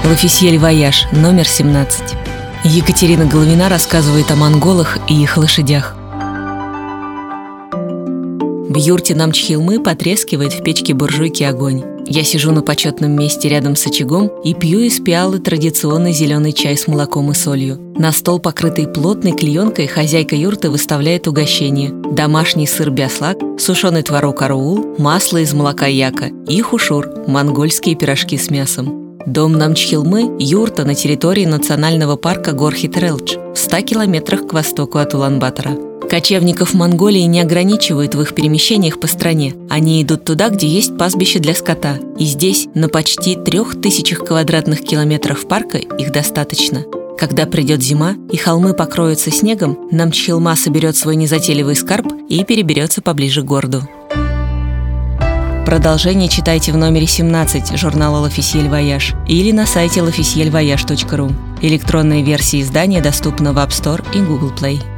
L'Officiel Voyage, номер 17. Екатерина Головина рассказывает о монголах и их лошадях. В юрте Намчхилмы потрескивает в печке буржуйки огонь. Я сижу на почетном месте рядом с очагом и пью из пиалы традиционный зеленый чай с молоком и солью. На стол, покрытый плотной клеенкой, хозяйка юрты выставляет угощение: домашний сыр бяслак, сушеный творог аруул, масло из молока яка и хушур – монгольские пирожки с мясом. Дом Намчхилмы – юрта на территории национального парка Гор-Хитрелдж в 100 километрах к востоку от Улан-Батора. Кочевников Монголии не ограничивают в их перемещениях по стране. Они идут туда, где есть пастбище для скота. И здесь, на почти 3000 квадратных километров парка, их достаточно. Когда придет зима и холмы покроются снегом, Намчхилма соберет свой незатейливый скарб и переберется поближе к городу. Продолжение читайте в номере 17 журнала L'Officiel Voyage или на сайте l'officielvoyage.ru. Электронная версия издания доступна в App Store и Google Play.